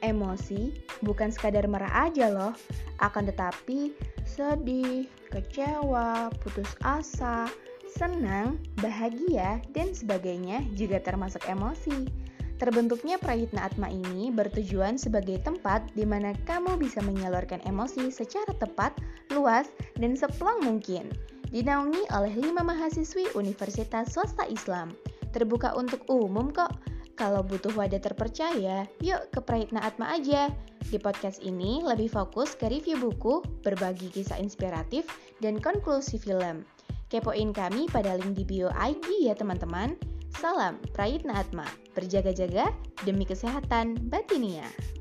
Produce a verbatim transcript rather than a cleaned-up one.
Emosi bukan sekadar marah aja loh, akan tetapi sedih, kecewa, putus asa, senang, bahagia, dan sebagainya juga termasuk emosi. Terbentuknya Prayitna Atma ini bertujuan sebagai tempat di mana kamu bisa menyalurkan emosi secara tepat, luas, dan seplong mungkin. Dinaungi oleh lima mahasiswi Universitas Swasta Islam. Terbuka untuk umum kok. Kalau butuh wadah terpercaya, yuk ke Prayitna Atma aja. Di podcast ini lebih fokus ke review buku, berbagi kisah inspiratif, dan konklusi film. Kepoin kami pada link di bio I G ya teman-teman. Salam Prayitna Atma, berjaga-jaga demi kesehatan batinia.